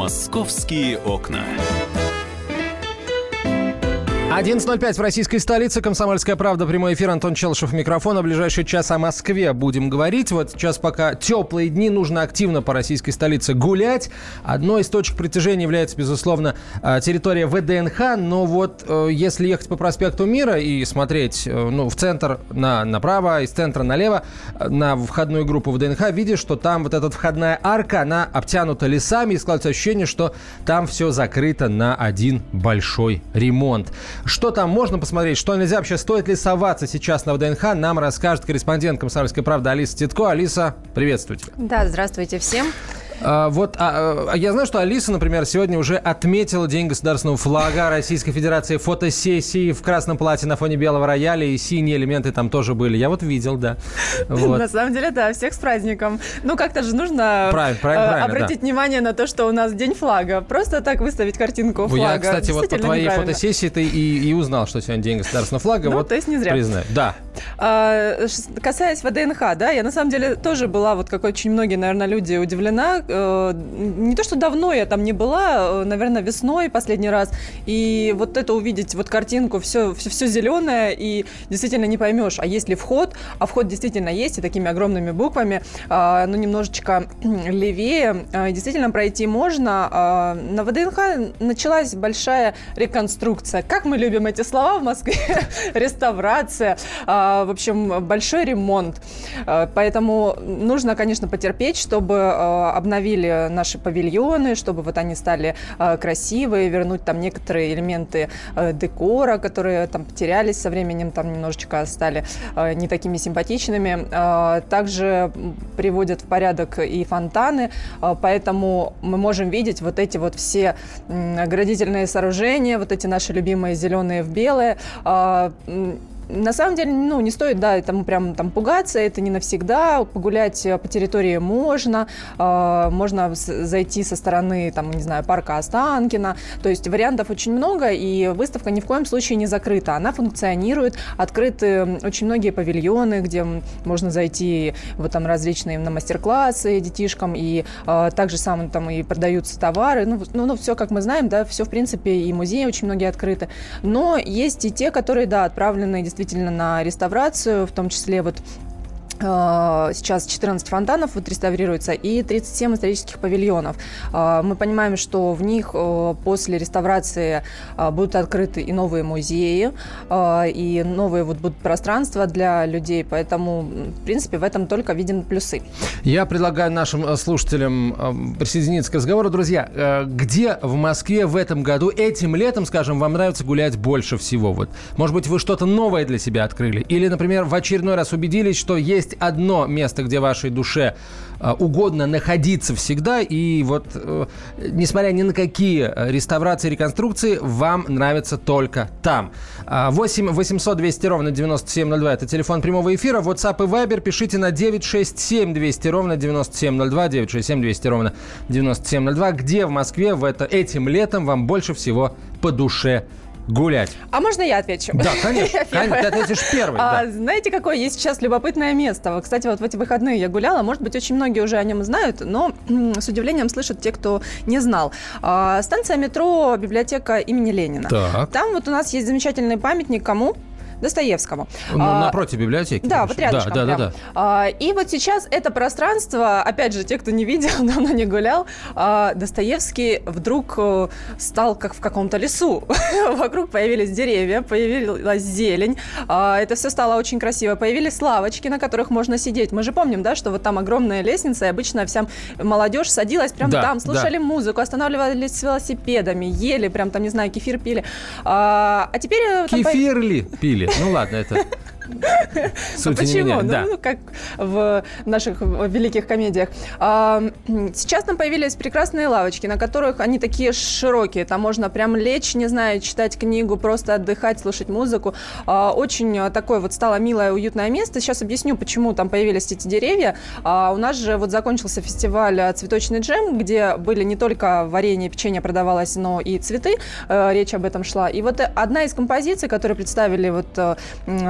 «Московские окна». 11:05 в российской столице. «Комсомольская правда». Прямой эфир. Антон Челышев, микрофон. В ближайший час о Москве будем говорить. Вот сейчас пока теплые дни, нужно активно по российской столице гулять. Одной из точек притяжения является, безусловно, территория ВДНХ. Но вот если ехать по проспекту Мира и смотреть в центр направо, из центра налево на входную группу ВДНХ, видишь, что там вот эта входная арка, она обтянута лесами. И складывается ощущение, что там все закрыто на один большой ремонт. Что там можно посмотреть, что нельзя? Вообще, стоит ли соваться сейчас на ВДНХ, нам расскажет корреспондент «Комсомольской правды» Алиса Титко. Алиса, приветствую тебя. Да, здравствуйте всем. Я знаю, что Алиса, например, сегодня уже отметила День государственного флага Российской Федерации фотосессии в красном платье на фоне белого рояля, и синие элементы там тоже были. Я вот видел, да. Вот. На самом деле, да, всех с праздником. Ну, как-то же нужно обратить внимание на то, что у нас День флага. Просто так выставить картинку флага. Я, кстати, вот по твоей фотосессии ты и узнал, что сегодня День государственного флага. Ну, то есть не зря. Признаю. Да. Касаясь ВДНХ, да, я на самом деле тоже была, вот как очень многие, наверное, люди, удивлена. Не то, что давно я там не была, наверное, весной последний раз. И вот это увидеть, вот картинку, все зеленое, и действительно не поймешь, а есть ли вход. А вход действительно есть, и такими огромными буквами, немножечко левее. Действительно пройти можно. На ВДНХ началась большая реконструкция. Как мы любим эти слова в Москве. Реставрация. В общем, большой ремонт. Поэтому нужно, конечно, потерпеть, чтобы обновили наши павильоны, чтобы вот они стали красивые, вернуть там некоторые элементы декора, которые там потерялись со временем, там немножечко стали не такими симпатичными. Также приводят в порядок и фонтаны, поэтому мы можем видеть вот эти вот все оградительные сооружения, вот эти наши любимые зеленые в белое. На самом деле, не стоит, прям пугаться, это не навсегда. Погулять по территории можно зайти со стороны, парка Останкино. То есть вариантов очень много, и выставка ни в коем случае не закрыта. Она функционирует, открыты очень многие павильоны, где можно зайти различные на мастер-классы детишкам, и также там и продаются товары. Все, как мы знаем, да, все, в принципе, и музеи очень многие открыты. Но есть и те, которые, отправлены действительно на реставрацию, в том числе сейчас 14 фонтанов реставрируется и 37 исторических павильонов. Мы понимаем, что в них после реставрации будут открыты и новые музеи, и новые будут пространства для людей, поэтому, в принципе, в этом только виден плюсы. Я предлагаю нашим слушателям присоединиться к разговору. Друзья, где в Москве в этом году, этим летом, скажем, вам нравится гулять больше всего? Может быть, вы что-то новое для себя открыли? Или, например, в очередной раз убедились, что есть одно место, где вашей душе угодно находиться всегда, и несмотря ни на какие реставрации, реконструкции, вам нравится только там. 8 800 200 ровно 9702 – это телефон прямого эфира. WhatsApp и Viber пишите на 967 200 ровно 9702, 967 200 ровно 9702. Где в Москве этим летом вам больше всего по душе гулять? А можно я отвечу? Да, конечно. Ты ответишь первый. Да. Знаете, какое есть сейчас любопытное место? Кстати, в эти выходные я гуляла. Может быть, очень многие уже о нем знают, но с удивлением слышат те, кто не знал. Станция метро, библиотека имени Ленина. Так. Там у нас есть замечательный памятник кому? Достоевскому. Напротив библиотеки. Да, вот рядышком. Да. И сейчас это пространство, опять же, те, кто не видел, давно не гулял, Достоевский вдруг стал как в каком-то лесу. Вокруг появились деревья, появилась зелень. Это все стало очень красиво. Появились лавочки, на которых можно сидеть. Мы же помним, да, что там огромная лестница, и обычно вся молодежь садилась прямо там, слушали музыку, останавливались с велосипедами, ели кефир пили. А теперь... Кефир ли пили? Ну ладно, это... Почему? Как в наших великих комедиях. Сейчас там появились прекрасные лавочки, на которых они такие широкие. Там можно прям лечь, не знаю, читать книгу, просто отдыхать, слушать музыку. Очень такое стало милое, уютное место. Сейчас объясню, почему там появились эти деревья. У нас же закончился фестиваль «Цветочный джем», где были не только варенье, печенье продавалось, но и цветы. Речь об этом шла. И одна из композиций, которые представили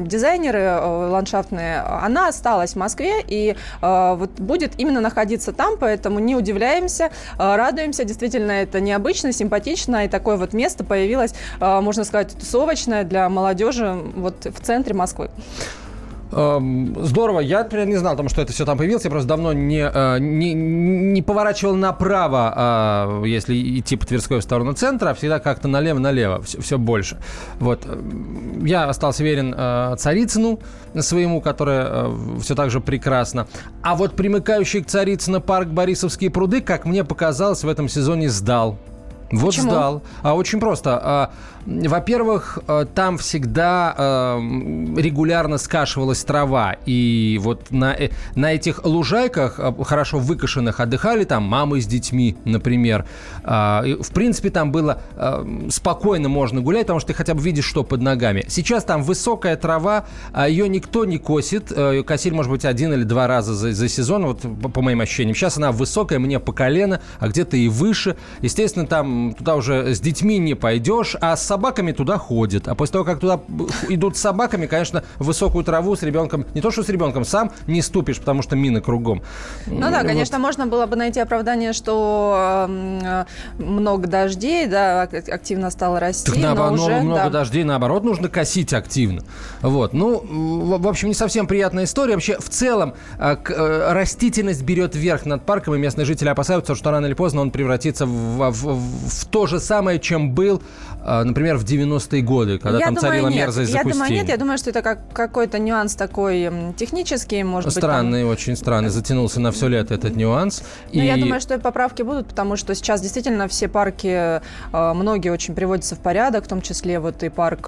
дизайнеры ландшафтные, она осталась в Москве и вот будет именно находиться там, поэтому не удивляемся, радуемся. Действительно, это необычно, симпатично, и такое вот место появилось, можно сказать, тусовочное для молодежи вот в центре Москвы. Здорово. Я, например, не знал, что это все там появилось. Я просто давно не поворачивал направо, если идти по Тверской в сторону центра, а всегда как-то налево все больше. Вот. Я остался верен Царицыну своему, которое все так же прекрасно. А вот примыкающий к Царицыну парк Борисовские пруды, как мне показалось, в этом сезоне сдал. Вот почему? Сдал. Очень просто. Во-первых, там всегда регулярно скашивалась трава. И вот на этих лужайках, хорошо выкошенных, отдыхали там мамы с детьми, например. В принципе, там было спокойно можно гулять, потому что ты хотя бы видишь, что под ногами. Сейчас там высокая трава, ее никто не косит. Косили, может быть, 1 или 2 раза за сезон, вот по моим ощущениям. Сейчас она высокая, мне по колено, а где-то и выше. Естественно, там туда уже с детьми не пойдешь, а с собаками туда ходят. А после того, как туда идут с собаками, конечно, в высокую траву с ребенком, не то что с ребенком, сам не ступишь, потому что мины кругом. Ну да, конечно, можно было бы найти оправдание, что много дождей, да, активно стало расти, так, но уже... Много дождей, наоборот, нужно косить активно. Вот. Ну, в общем, не совсем приятная история. Вообще, в целом, растительность берет верх над парком, и местные жители опасаются, что рано или поздно он превратится в то же самое, чем был, например, в 90-е годы, когда там царила мерзость запустения. Я думаю, нет. Я думаю, что это какой-то нюанс такой технический, может быть. Странный, очень странный. Затянулся на все лето этот нюанс. Но я думаю, что поправки будут, потому что сейчас действительно все парки, многие очень приводятся в порядок, в том числе вот и парк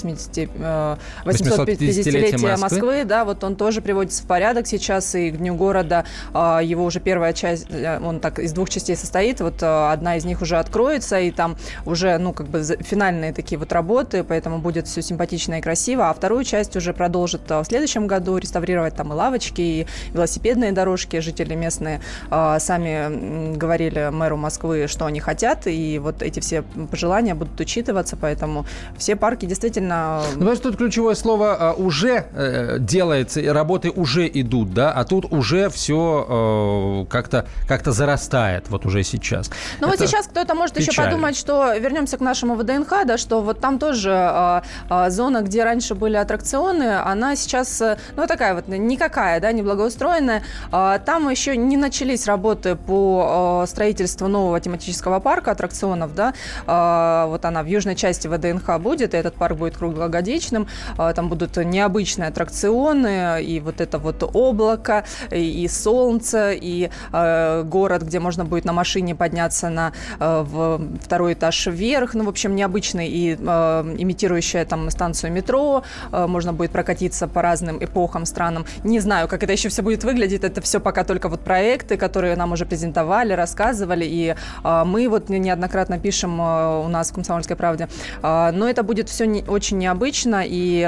850-летия Москвы, да, вот он тоже приводится в порядок сейчас, и к Дню города его уже первая часть, он так из 2 частей состоит, вот одна из них уже откроется, и там уже, финальные такие вот работы, поэтому будет все симпатично и красиво, а вторую часть уже продолжит в следующем году реставрировать там и лавочки, и велосипедные дорожки. Жители местные сами говорили мэру Москвы, что они хотят, и вот эти все пожелания будут учитываться, поэтому все парки действительно... Знаешь, тут ключевое слово «уже» делается, работы уже идут, да, а тут уже все как-то зарастает вот уже сейчас. Ну вот сейчас кто-то может еще подумать, что вернемся к нашему ВДНХ, да, что вот там тоже зона, где раньше были аттракционы, она сейчас, такая вот никакая, да, неблагоустроенная. Там еще не начались работы по строительству нового тематического парка аттракционов, да. Вот она в южной части ВДНХ будет, и этот парк будет круглогодичным. Там будут необычные аттракционы, и вот это вот облако, и солнце, и город, где можно будет на машине подняться на второй этаж вверх, в общем, необычный и имитирующая там станцию метро, можно будет прокатиться по разным эпохам, странам. Не знаю, как это еще все будет выглядеть, это все пока только вот проекты, которые нам уже презентовали, рассказывали, и мы вот неоднократно пишем у нас в «Комсомольской правде», но это будет все очень необычно, и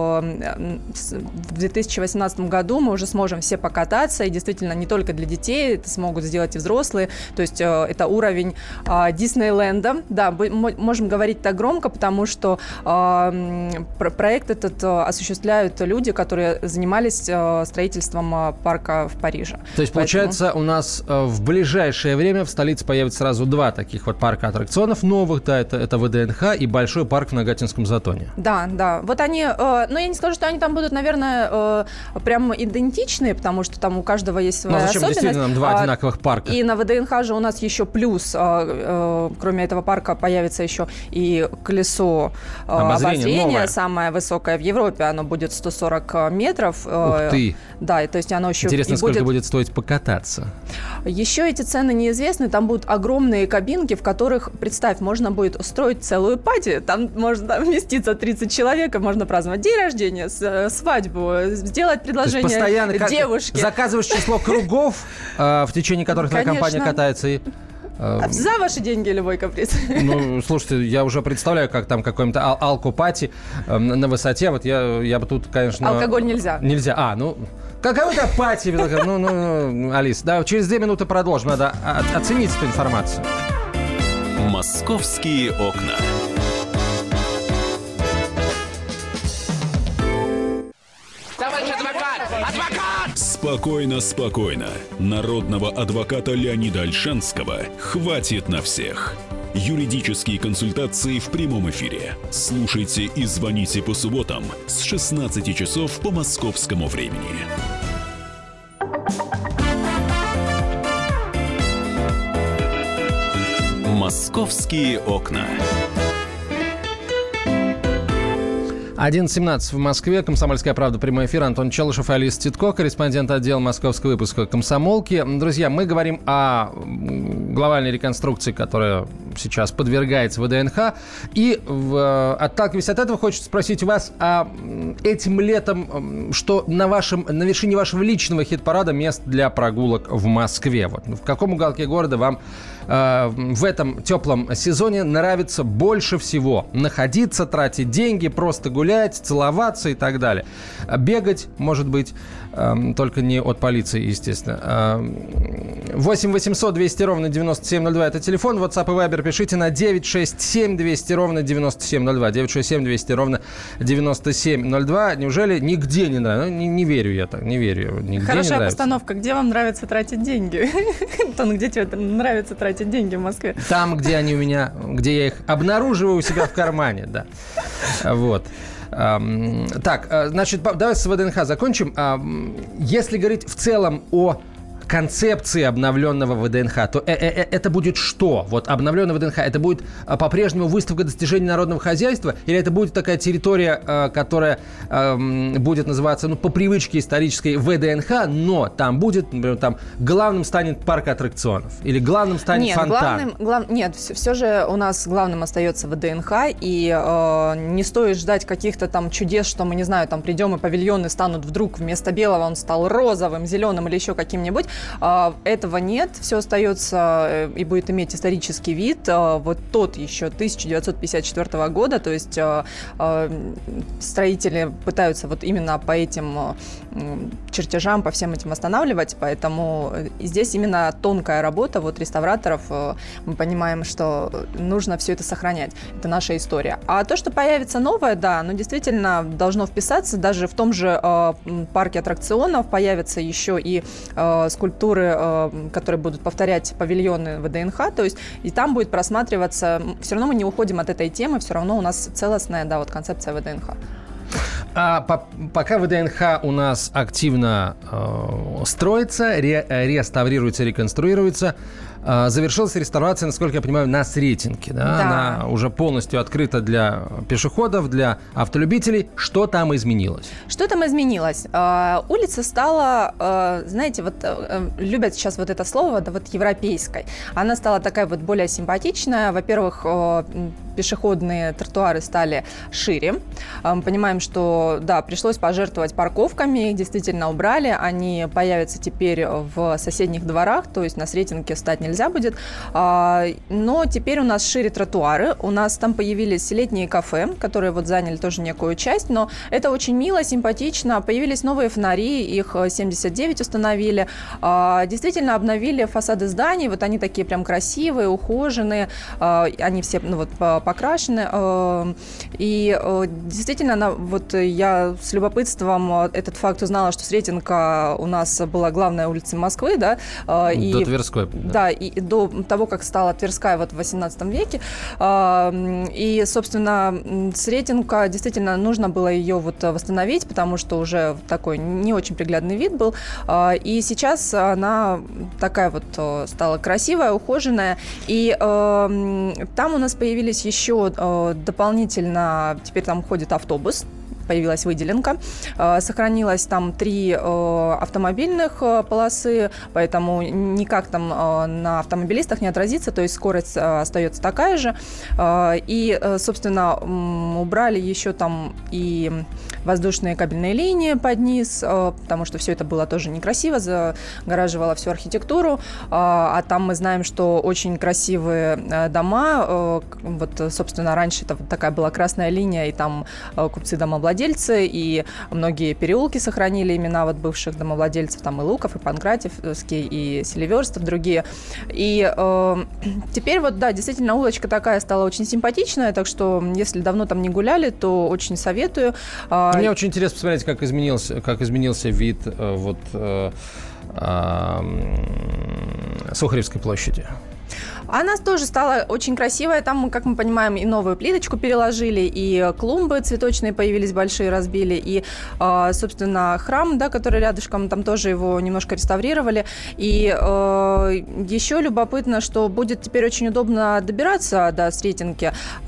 в 2018 году мы уже сможем все покататься, и действительно не только для детей, это смогут сделать и взрослые, то есть это уровень Диснейленда. Да, мы можем говорить так громко, потому что проект этот осуществляют люди, которые занимались строительством парка в Париже. То есть, получается, у нас в ближайшее время в столице появится сразу 2 таких вот парка аттракционов новых, да, это ВДНХ и большой парк в Нагатинском затоне. Да. Вот они, но я не скажу, что они там будут, наверное, прям идентичные, потому что там у каждого есть своя особенность. Ну, зачем действительно нам 2 одинаковых парка? И на ВДНХ же у нас еще плюс, кроме этого парка, появится еще и колесо обозрения, самое высокое в Европе, оно будет 140 метров. Ух ты! Да, то есть оно еще... Интересно, сколько будет стоить покататься? Еще эти цены неизвестны, там будут огромные кабинки, в которых, представь, можно будет устроить целую пати, там можно вместиться 30 человек, и можно праздновать день рождения, свадьбу, сделать предложение девушке. Заказываешь число кругов, в течение которых твоя компания катается, и... За ваши деньги любой каприз. Ну, слушайте, я уже представляю, как там какой-нибудь алко-пати на высоте. Вот я бы тут, конечно... Алкоголь нельзя. Нельзя. Какая-то пати. Алис, да, через 2 минуты продолжим. Надо оценить эту информацию. «Московские окна». Спокойно, спокойно. Народного адвоката Леонида Ольшанского хватит на всех. Юридические консультации в прямом эфире. Слушайте и звоните по субботам с 16 часов по московскому времени. «Московские окна». 11:17 в Москве. «Комсомольская правда», прямой эфир. Антон Челышев и Алиса Титко, корреспондент отдела московского выпуска «Комсомолки». Друзья, мы говорим о глобальной реконструкции, которая сейчас подвергается ВДНХ. И, отталкиваясь от этого, хочется спросить вас, а этим летом, что на вершине вашего личного хит-парада мест для прогулок в Москве? Вот, в каком уголке города вам в этом теплом сезоне нравится больше всего находиться, тратить деньги, просто гулять, целоваться и так далее? Бегать, может быть, только не от полиции, естественно. 8 800 200 ровно 9702 – это телефон. WhatsApp и Viber пишите на 967 200 ровно 9702. 967 200 ровно 9702. Неужели нигде не нравится? Ну, не верю я так, не верю. Нигде Хорошая не постановка. Где вам нравится тратить деньги? Антон, где тебе нравится тратить деньги в Москве? Там, где они у меня, где я их обнаруживаю у себя в кармане, да. Вот. Так, значит, давай с ВДНХ закончим. Если говорить в целом о концепции обновленного ВДНХ, то это будет что? Вот обновленный ВДНХ, это будет по-прежнему выставка достижений народного хозяйства, или это будет такая территория, которая будет называться, по привычке исторической ВДНХ, но там будет, например, там главным станет парк аттракционов, или главным станет фонтан? Нет, все же у нас главным остается ВДНХ, и не стоит ждать каких-то там чудес, что мы, не знаю, там придем и павильоны станут вдруг вместо белого он стал розовым, зеленым или еще каким-нибудь. Этого нет, все остается и будет иметь исторический вид. Вот тот еще 1954 года, то есть строители пытаются вот именно по этим чертежам, по всем этим останавливать, поэтому здесь именно тонкая работа вот реставраторов. Мы понимаем, что нужно все это сохранять. Это наша история. А то, что появится новое, да, действительно должно вписаться. Даже в том же парке аттракционов появятся еще и скульптуры, которые будут повторять павильоны ВДНХ, то есть и там будет просматриваться, все равно мы не уходим от этой темы, все равно у нас целостная, да, вот концепция ВДНХ. Пока ВДНХ у нас активно строится, реставрируется, реконструируется, завершилась реставрация, насколько я понимаю, на Сретенке. Да? Да. Она уже полностью открыта для пешеходов, для автолюбителей. Что там изменилось? Что там изменилось? Улица стала, знаете, вот любят сейчас вот это слово, да, вот европейской. Она стала такая вот более симпатичная. Во-первых, пешеходные тротуары стали шире. Мы понимаем, что, да, пришлось пожертвовать парковками, их действительно убрали. Они появятся теперь в соседних дворах, то есть на Сретенке встать нельзя будет. Но теперь у нас шире тротуары. У нас там появились летние кафе, которые вот заняли тоже некую часть, но это очень мило, симпатично. Появились новые фонари, их 79 установили. Действительно обновили фасады зданий, вот они такие прям красивые, ухоженные, они все покрашены. И действительно, вот я с любопытством этот факт узнала, что Сретенка у нас была главная улица Москвы, да. До Тверской. Да, и до того, как стала Тверская вот в 18 веке. И, собственно, Сретенка, действительно, нужно было ее вот восстановить, потому что уже такой не очень приглядный вид был. И сейчас она такая вот стала красивая, ухоженная. И там у нас появились еще дополнительно, теперь там ходит автобус. Появилась выделенка. Сохранилось там 3 автомобильных полосы, поэтому никак там на автомобилистах не отразится, то есть скорость остается такая же. И, собственно, убрали еще там и воздушные кабельные линии под низ, потому что все это было тоже некрасиво, загораживало всю архитектуру. А там мы знаем, что очень красивые дома. Вот, собственно, раньше это вот такая была красная линия, и там купцы домовладельцы домовладельцы, и многие переулки сохранили имена вот бывших домовладельцев, там и Луков, и Панкратьевский, и Селиверстов, другие. И теперь вот, да, действительно, улочка такая стала очень симпатичная, так что, если давно там не гуляли, то очень советую. Мне очень интересно посмотреть, как изменился вид Сухаревской площади. Она тоже стала очень красивая. Там, как мы понимаем, и новую плиточку переложили, и клумбы цветочные появились большие, разбили, и, собственно, храм, да, который рядышком, там тоже его немножко реставрировали. И еще любопытно, что будет теперь очень удобно добираться до Сретенки.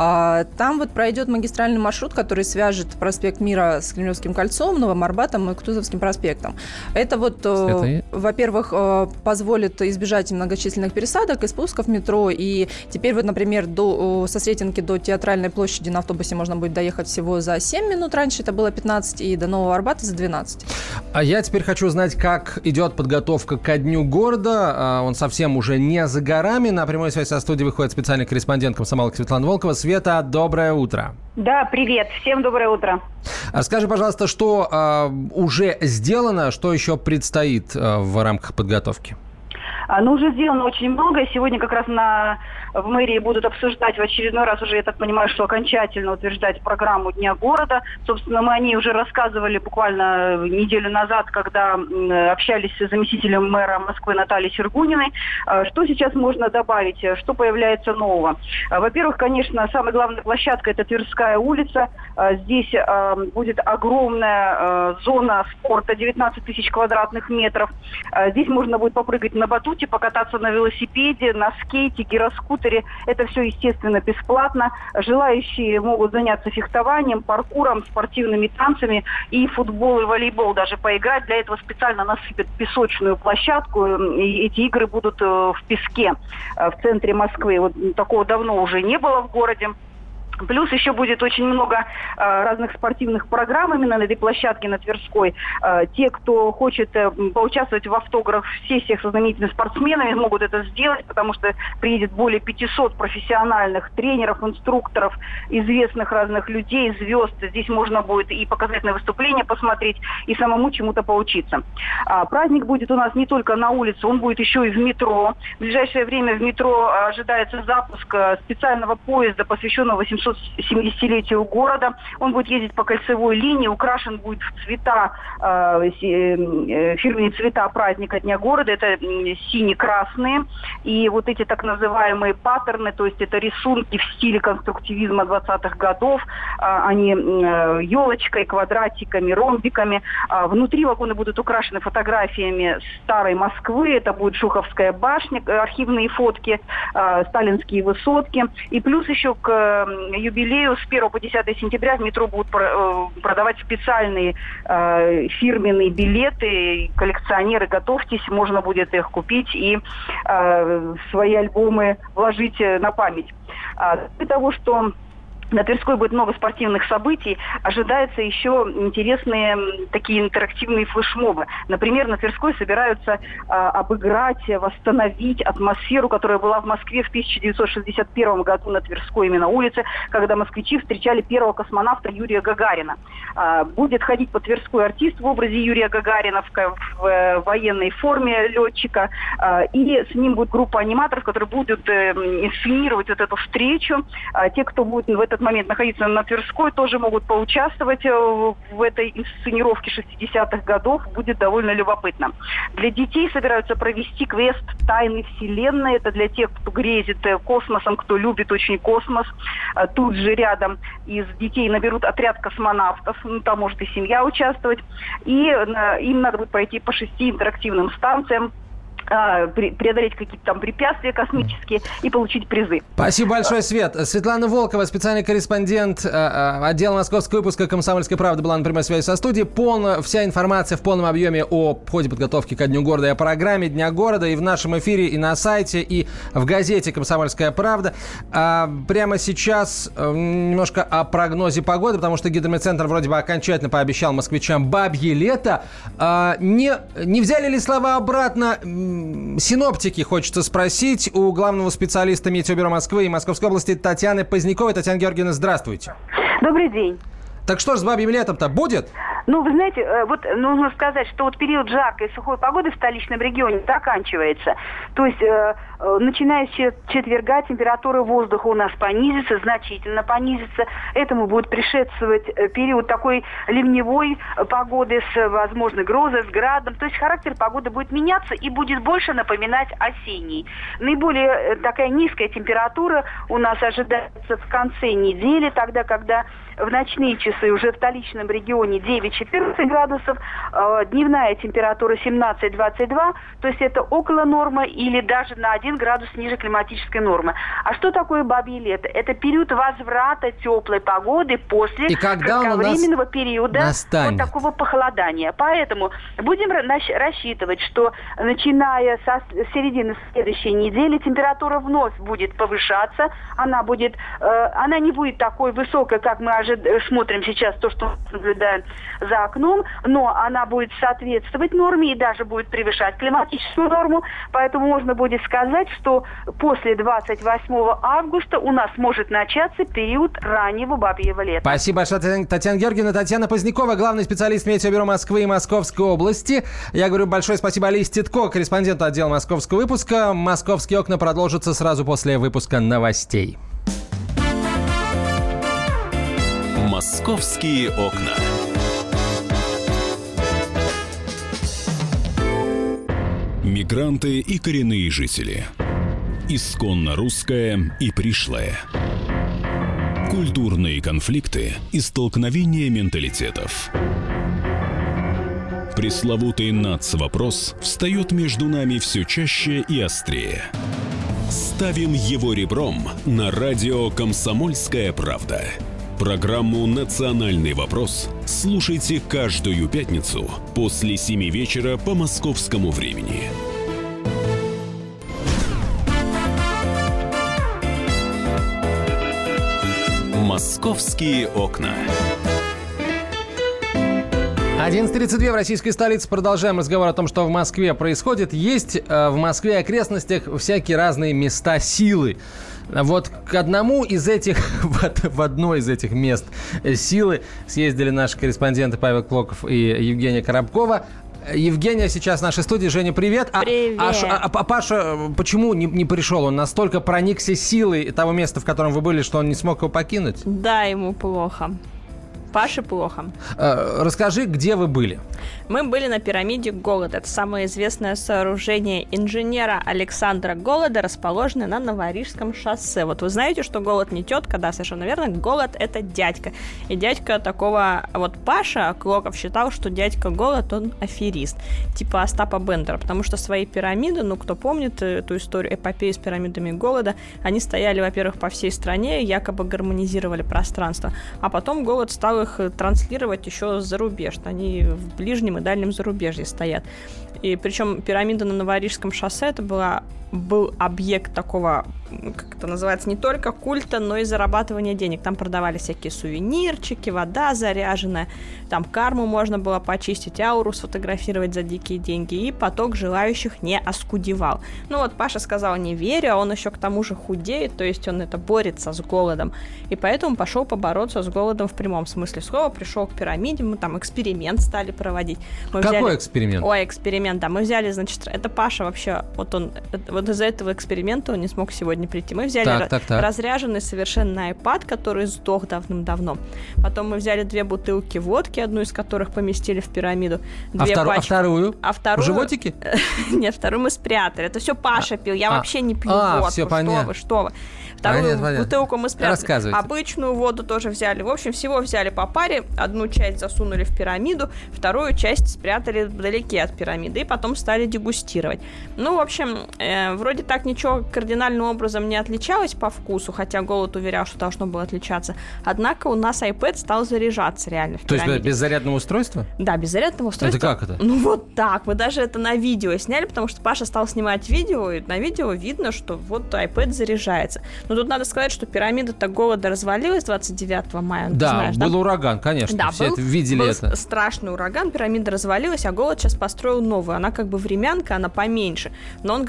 Там вот пройдет магистральный маршрут, который свяжет проспект Мира с Кремлевским кольцом, Новым Арбатом и Кутузовским проспектом. Это вот, во-первых, позволит избежать многочисленных пересадок и спусков в метро. И теперь вот, например, со Сретенки до Театральной площади на автобусе можно будет доехать всего за 7 минут. Раньше это было 15, и до Нового Арбата за 12. А я теперь хочу узнать, как идет подготовка ко Дню города. Он совсем уже не за горами. На прямой связи со студией выходит специальный корреспондент «Комсомолки» Светлана Волкова. Света, доброе утро. Да, привет. Всем доброе утро. Расскажи, пожалуйста, что уже сделано, что еще предстоит в рамках подготовки? Ну, уже сделано очень много. Сегодня как раз в мэрии будут обсуждать в очередной раз уже, я так понимаю, что окончательно утверждать программу Дня города. Собственно, мы о ней уже рассказывали буквально неделю назад, когда общались с заместителем мэра Москвы Натальей Сергуниной. Что сейчас можно добавить? Что появляется нового? Во-первых, конечно, самая главная площадка – это Тверская улица. Здесь будет огромная зона спорта, 19 тысяч квадратных метров. Здесь можно будет попрыгать на батуте, покататься на велосипеде, на скейте, гироскутере. Это все, естественно, бесплатно. Желающие могут заняться фехтованием, паркуром, спортивными танцами и футбол, и волейбол даже поиграть. Для этого специально насыпят песочную площадку. И эти игры будут в песке в центре Москвы. Вот такого давно уже не было в городе. Плюс еще будет очень много разных спортивных программ именно на этой площадке на Тверской. Те, кто хочет поучаствовать в автограф-сессиях со знаменитыми спортсменами, могут это сделать, потому что приедет более 500 профессиональных тренеров, инструкторов, известных разных людей, звезд. Здесь можно будет и показательное выступление посмотреть, и самому чему-то поучиться. Праздник будет у нас не только на улице, он будет еще и в метро. В ближайшее время в метро ожидается запуск специального поезда, посвященного 870-летию города. Он будет ездить по кольцевой линии, украшен будет в цвета, фирменные цвета праздника Дня города. Это сине-красные. И вот эти так называемые паттерны, то есть это рисунки в стиле конструктивизма 20-х годов. Они елочкой, квадратиками, ромбиками. Внутри вагоны будут украшены фотографиями старой Москвы. Это будет Шуховская башня, архивные фотки, сталинские высотки. И плюс еще к юбилею с 1 по 10 сентября в метро будут продавать специальные фирменные билеты. Коллекционеры, готовьтесь, можно будет их купить и свои альбомы вложить на память. Для того, что на Тверской будет много спортивных событий, ожидаются еще интересные такие интерактивные флешмобы. Например, на Тверской собираются обыграть, восстановить атмосферу, которая была в Москве в 1961 году на Тверской именно улице, когда москвичи встречали первого космонавта Юрия Гагарина. Будет ходить по Тверской артист в образе Юрия Гагарина в военной форме летчика, и с ним будет группа аниматоров, которые будут инсценировать вот эту встречу. Те, кто будет в этот момент находиться на Тверской, тоже могут поучаствовать в этой инсценировке 60-х годов. Будет довольно любопытно. Для детей собираются провести квест «Тайны Вселенной». Это для тех, кто грезит космосом, кто любит очень космос. Тут же рядом из детей наберут отряд космонавтов. Там может и семья участвовать. И им надо будет пройти по 6 интерактивным станциям, преодолеть какие-то там препятствия космические и получить призы. Спасибо большое, Свет. Светлана Волкова, специальный корреспондент отдела московского выпуска «Комсомольской правды», была на прямой связи со студией. Вся информация в полном объеме о ходе подготовки ко Дню города и о программе Дня города и в нашем эфире, и на сайте, и в газете «Комсомольская правда». Прямо сейчас немножко о прогнозе погоды, потому что гидрометцентр вроде бы окончательно пообещал москвичам бабье лето. Не взяли ли слова обратно синоптики, хочется спросить, у главного специалиста Метеобюро Москвы и Московской области Татьяны Поздняковой. Татьяна Георгиевна, здравствуйте. Добрый день. Так что же с бабьим летом-то будет? Ну, вы знаете, вот нужно сказать, что вот период жаркой и сухой погоды в столичном регионе заканчивается. То есть, начиная с четверга температура воздуха у нас понизится, значительно понизится. Этому будет предшествовать период такой ливневой погоды с возможной грозой, с градом. То есть характер погоды будет меняться и будет больше напоминать осенний. Наиболее такая низкая температура у нас ожидается в конце недели, тогда, когда в ночные часы уже в столичном регионе 9-14 градусов, дневная температура 17-22, то есть это около нормы или даже на 1 градус ниже климатической нормы. А что такое бабье лето? Это период возврата теплой погоды после кратковременного периода вот такого похолодания. Поэтому будем рассчитывать, что начиная со середины следующей недели температура вновь будет повышаться, она не будет такой высокой, как мы смотрим сейчас, то, что наблюдаем за окном, но она будет соответствовать норме и даже будет превышать климатическую норму. Поэтому можно будет сказать, что после 28 августа у нас может начаться период раннего бабьего лета. Спасибо большое, Татьяна Георгиевна. Татьяна Позднякова, главный специалист Метеобюро Москвы и Московской области. Я говорю большое спасибо Алисе Титко, корреспонденту отдела московского выпуска. «Московские окна» продолжатся сразу после выпуска новостей. «Московские окна». Мигранты и коренные жители. Исконно русское и пришлое. Культурные конфликты и столкновения менталитетов. Пресловутый НАЦ-вопрос встает между нами все чаще и острее. Ставим его ребром на радио «Комсомольская правда». Программу «Национальный вопрос» слушайте каждую пятницу после 7 вечера по московскому времени. «Московские окна». 11:32 в российской столице. Продолжаем разговор о том, что в Москве происходит. Есть в Москве и окрестностях всякие разные места силы. Вот к одному из этих, в одно из этих мест силы съездили наши корреспонденты Павел Клоков и Евгения Коробкова. Евгения сейчас в нашей студии. Женя, привет. Привет. А Паша почему не пришел? Он настолько проникся силой того места, в котором вы были, что он не смог его покинуть? Да, ему плохо. Паше плохо. Расскажи, где вы были? Мы были на пирамиде Голода. Это самое известное сооружение инженера Александра Голода, расположенное на Новорижском шоссе. Вот вы знаете, что Голод не тетка, да, совершенно верно. Голод — это дядька. И дядька такого... Вот Паша Клоков считал, что дядька Голод, он аферист. Типа Остапа Бендера. Потому что свои пирамиды, ну, кто помнит эту историю, эпопею с пирамидами Голода, они стояли, во-первых, по всей стране, якобы гармонизировали пространство. А потом Голод стал их транслировать еще за рубеж. Они в ближнем и дальнем зарубежье стоят. И причем пирамида на Новорижском шоссе это был объект такого, как это называется, не только культа, но и зарабатывания денег. Там продавали всякие сувенирчики, вода заряженная, там карму можно было почистить, ауру сфотографировать за дикие деньги, и поток желающих не оскудевал. Ну вот Паша сказал, не верю, а он еще к тому же худеет, то есть он борется с голодом, и поэтому пошел побороться с голодом в прямом смысле слова, пришел к пирамиде, мы там эксперимент стали проводить. Какой эксперимент? Ой, эксперимент, да, мы взяли, значит, это Паша вообще, вот из-за этого эксперимента он не смог сегодня прийти. Мы взяли разряженный совершенно iPad, который сдох давным-давно. Потом мы взяли 2 бутылки водки, одну из которых поместили в пирамиду. А вторую? В животике? Нет, вторую мы спрятали. Это все Паша пил. Я вообще не пью водку. Все понятно. Что вы. Вторую бутылку мы спрятали. Обычную воду тоже взяли. В общем, всего взяли по паре. Одну часть засунули в пирамиду, вторую часть спрятали вдалеке от пирамиды и потом стали дегустировать. Ну, в общем, вроде так ничего кардинальным образом не отличалось по вкусу, хотя Голод уверял, что должно было отличаться. Однако у нас iPad стал заряжаться реально в пирамиде. То есть без зарядного устройства? Да, без зарядного устройства. Это как это? Ну вот так. Мы даже это на видео сняли, потому что Паша стал снимать видео, и на видео видно, что вот iPad заряжается. Но тут надо сказать, что пирамида-то Голода развалилась 29 мая. Да, знаешь, был ураган, конечно. Да, все видели это. Страшный ураган, пирамида развалилась, а Голод сейчас построил новую. Она как бы времянка, она поменьше. Но он говорит, что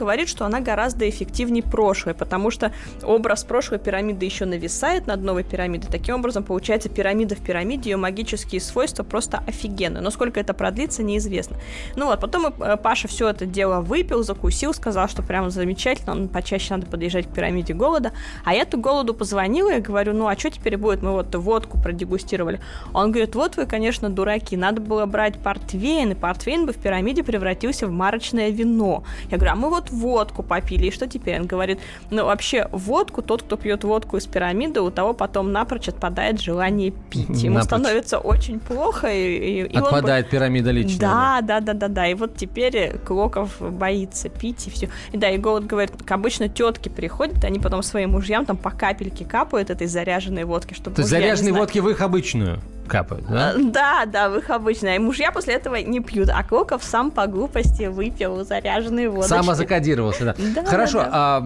она гораздо эффективнее прошлой, потому что образ прошлой пирамиды еще нависает над новой пирамидой. Таким образом, получается, пирамида в пирамиде, ее магические свойства просто офигенные. Но сколько это продлится, неизвестно. Ну вот, потом Паша все это дело выпил, закусил, сказал, что прямо замечательно, почаще надо подъезжать к пирамиде голода. А я-то голоду позвонила и говорю, ну а что теперь будет? Мы вот водку продегустировали. Он говорит, вот вы, конечно, дураки, надо было брать портвейн, и портвейн бы в пирамиде превратился в марочное вино. Я говорю, а мы вот водку попили, и что теперь? Он говорит, ну вообще водку, тот, кто пьет водку из пирамиды, у того потом напрочь отпадает желание пить. Ему становится очень плохо. И отпадает пирамида лично. Да. И вот теперь Клоков боится пить, и все. И да, и Голод говорит, обычно тетки приходят, они потом своим мужьям там по капельке капают этой заряженной водки, чтобы... То есть заряженной водки в их обычную капают, да? Да, в их обычную. И мужья после этого не пьют. А Клоков сам по глупости выпил заряженные водочки. Самозакодировался, да. Хорошо,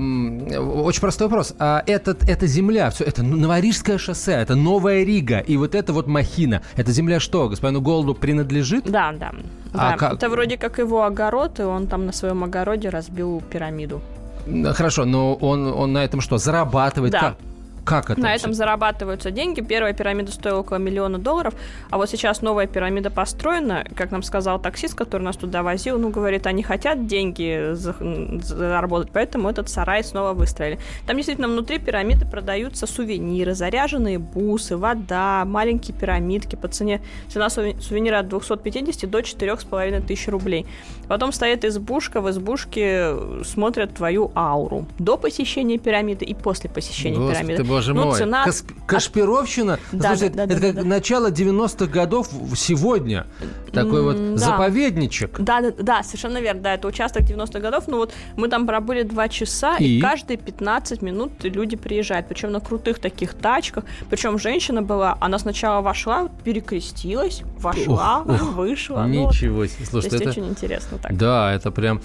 очень простой вопрос. Это земля, все, это Новорижское шоссе, это Новая Рига, и вот это вот махина. Эта земля что, господину Голоду принадлежит? Да. Это вроде как его огород, и он там на своем огороде разбил пирамиду. Хорошо, но он на этом что, зарабатывает? Да. Как это? На этом зарабатываются деньги. Первая пирамида стоила около $1 миллиона, а вот сейчас новая пирамида построена. Как нам сказал таксист, который нас туда возил, говорит, они хотят деньги заработать, поэтому этот сарай снова выстроили. Там действительно внутри пирамиды продаются сувениры, заряженные бусы, вода, маленькие пирамидки по цена сувенира от 250 до 4500 рублей. Потом стоит избушка, в избушке смотрят твою ауру до посещения пирамиды и после посещения пирамиды. Боже мой, цена... Кашпировщина, слушайте, это как начало 90-х годов сегодня, такой вот заповедничек. Да, совершенно верно, да, это участок 90-х годов, мы там пробыли 2 часа, и каждые 15 минут люди приезжают, причем на крутых таких тачках, причем женщина была, она сначала вошла, перекрестилась, вошла, вышла. Ничего себе, слушайте, это очень интересно так. Да, это прям...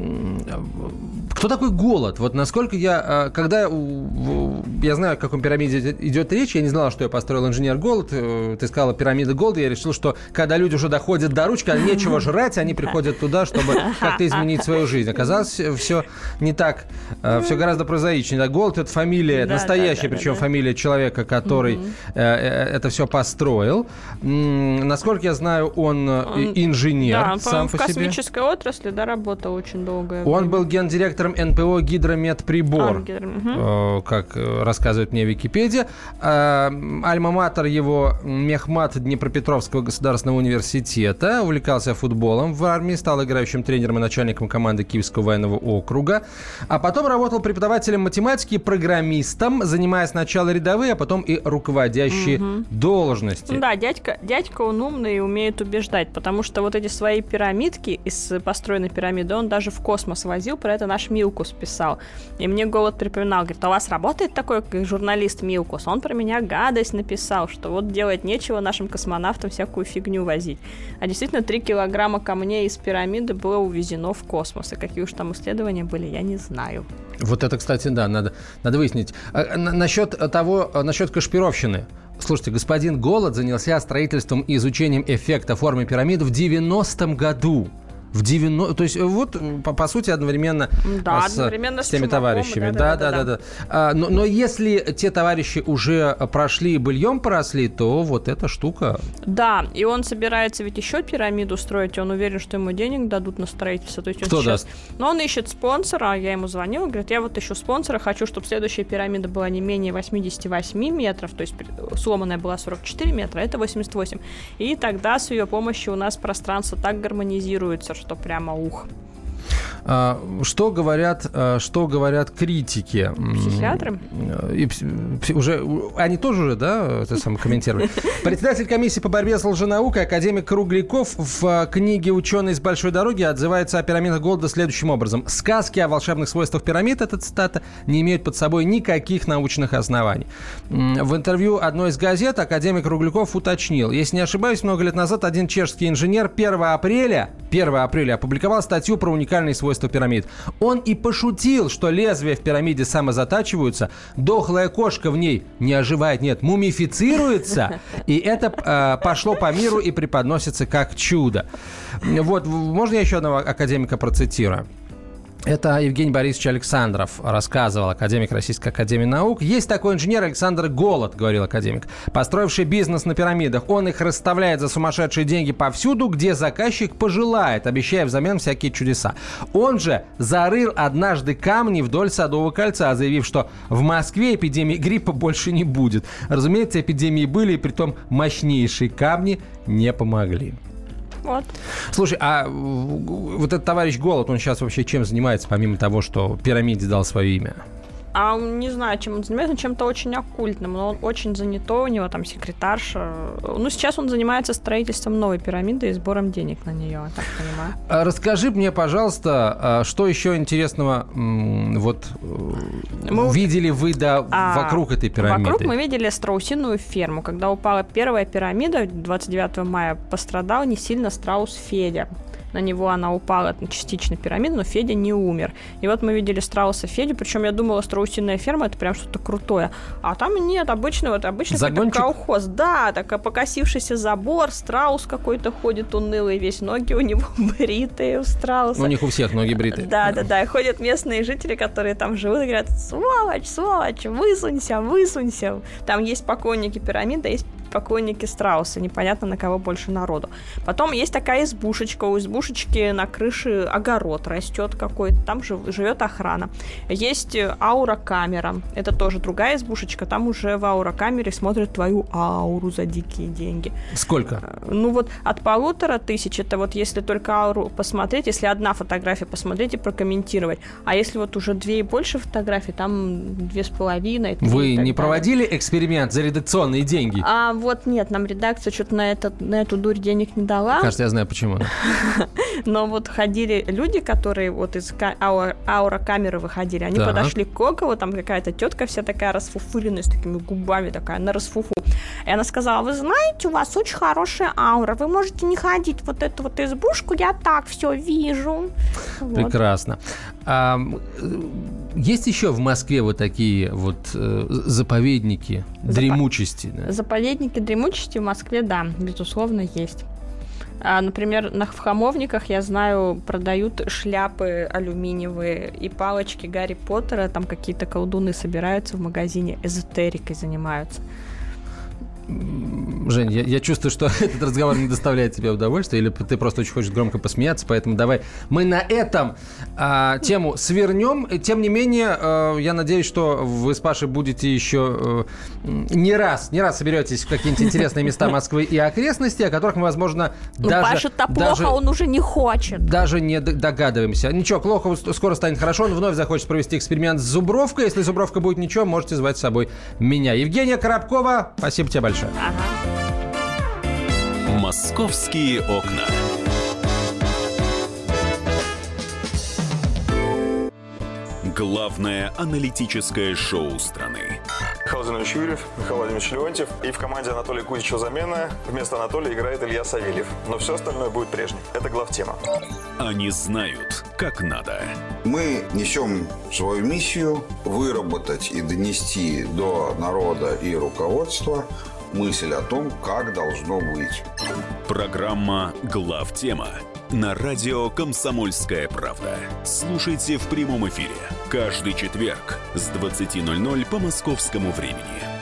Кто такой Голод? Вот насколько когда я знаю, о каком пирамиде идет речь. Я не знала, что я построил инженер Голод. Ты сказала пирамида Голода. Я решил, что когда люди уже доходят до ручки, нечего жрать, они приходят туда, чтобы как-то изменить свою жизнь. Оказалось, все не так. Все гораздо прозаичнее. Да, Голод — это фамилия, настоящая, причем фамилия человека, который это все построил. Насколько я знаю, он инженер сам по себе. В космической отрасли, работал очень долго. Он был гендиректором НПО «Гидрометприбор», как рассказывает мне Википедия. Альма-матер его Мехмат Днепропетровского государственного университета. Увлекался футболом в армии, стал играющим тренером и начальником команды Киевского военного округа. А потом работал преподавателем математики и программистом, занимая сначала рядовые, а потом и руководящие должности. Да, дядька он умный и умеет убеждать, потому что вот эти свои пирамидки из построенной пирамиды он даже в космос возил, про это наш Милкус писал. И мне Голод припоминал, говорит, а у вас работает такой журналист Милкус? Он про меня гадость написал, что вот делать нечего нашим космонавтам всякую фигню возить. А действительно 3 килограмма камней из пирамиды было увезено в космос. И какие уж там исследования были, я не знаю. Вот это, кстати, да, надо выяснить. Насчет Кашпировщины. Слушайте, господин Голод занялся строительством и изучением эффекта формы пирамид в 90-м году. То есть вот, по сути, одновременно с теми товарищами. Да. Но если те товарищи уже прошли и быльем поросли, то вот эта штука... Да, и он собирается ведь еще пирамиду строить, и он уверен, что ему денег дадут на строительство. То есть кто даст? Но он ищет спонсора, я ему звонила, говорит, я вот ищу спонсора, хочу, чтобы следующая пирамида была не менее 88 метров, то есть сломанная была 44 метра, это 88. И тогда с ее помощью у нас пространство так гармонизируется, что прямо ух. Что говорят критики? Психиатры? Они тоже уже, да, это самое комментируют. Председатель комиссии по борьбе с лженаукой академик Кругляков в книге «Ученые с большой дороги» отзывается о пирамидах Голода следующим образом. Сказки о волшебных свойствах пирамид, это цитата, не имеют под собой никаких научных оснований. В интервью одной из газет академик Кругляков уточнил. Если не ошибаюсь, много лет назад один чешский инженер 1 апреля опубликовал статью про уникальные свойства пирамид. Он и пошутил, что лезвия в пирамиде самозатачиваются, дохлая кошка в ней не оживает, нет, мумифицируется, и это пошло по миру и преподносится как чудо. Вот, можно я еще одного академика процитирую? Это Евгений Борисович Александров рассказывал, академик Российской академии наук. Есть такой инженер Александр Голод, говорил академик, построивший бизнес на пирамидах. Он их расставляет за сумасшедшие деньги повсюду, где заказчик пожелает, обещая взамен всякие чудеса. Он же зарыл однажды камни вдоль Садового кольца, заявив, что в Москве эпидемии гриппа больше не будет. Разумеется, эпидемии были, и притом мощнейшие камни не помогли. Вот. Слушай, а вот этот товарищ Голод, он сейчас вообще чем занимается, помимо того, что пирамиде дал свое имя? А не знаю, чем он занимается, чем-то очень оккультным, но он очень занятой, у него там секретарша. Ну, сейчас он занимается строительством новой пирамиды и сбором денег на нее, я так понимаю. Расскажи мне, пожалуйста, что еще интересного видели вы вокруг этой пирамиды? Вокруг мы видели страусиную ферму. Когда упала первая пирамида, 29 мая пострадал не сильно страус Федя. На него она упала частично пирамида, но Федя не умер. И вот мы видели страуса Федю, причем я думала, страусиная ферма — это прям что-то крутое. А там нет, обычный колхоз. Да, так покосившийся забор, страус какой-то ходит унылый, весь ноги у него бритые у страуса. У них у всех ноги бритые. Да, и ходят местные жители, которые там живут, и говорят: сволочь, высунься. Там есть покойники пирамиды, есть покойники страуса, непонятно, на кого больше народу. Потом есть такая избушечка, у избушечки на крыше огород растет какой-то, там живет охрана. Есть аура-камера, это тоже другая избушечка, там уже в аура-камере смотрят твою ауру за дикие деньги. Сколько? Ну вот от 1500, это вот если только ауру посмотреть, если одна фотография посмотреть и прокомментировать, а если вот уже 2 и больше фотографий, там 2,5. Вы не проводили эксперимент за редакционные деньги? Вот нет, нам редакция что-то на эту дурь денег не дала. Кажется, я знаю почему. Но вот ходили люди, которые вот из аура-камеры выходили, они подошли к Кокову, там какая-то тетка вся такая расфуфыренная, с такими губами такая, на расфуфу. И она сказала: вы знаете, у вас очень хорошая аура, вы можете не ходить в вот эту вот избушку, я так все вижу. Прекрасно. Есть еще в Москве вот такие вот заповедники дремучести? Да? Заповедники дремучести в Москве, да, безусловно, есть. Например, в Хамовниках, я знаю, продают шляпы алюминиевые и палочки Гарри Поттера. Там какие-то колдуны собираются в магазине, эзотерикой занимаются. Жень, я чувствую, что этот разговор не доставляет тебе удовольствия, или ты просто очень хочешь громко посмеяться, поэтому давай мы на этом тему свернем. Тем не менее, я надеюсь, что вы с Пашей будете еще не раз соберетесь в какие-нибудь интересные места Москвы и окрестностей, о которых мы, возможно, Паша-то плохо, он уже не хочет. Даже не догадываемся. Ничего, Клохову скоро станет хорошо, он вновь захочет провести эксперимент с зубровкой. Если зубровка будет ничего, можете звать с собой меня. Евгения Коробкова, спасибо тебе большое. «Московские окна». Главное аналитическое шоу страны. Михаил Владимирович Юрьев, Михаил Владимирович Леонтьев. И в команде Анатолия Кузичева замена. Вместо Анатолия играет Илья Савельев. Но все остальное будет прежним. Это главтема. Они знают, как надо. Мы несем свою миссию выработать и донести до народа и руководства мысль о том, как должно быть. Программа «Главтема» на радио «Комсомольская правда». Слушайте в прямом эфире каждый четверг с 20:00 по московскому времени.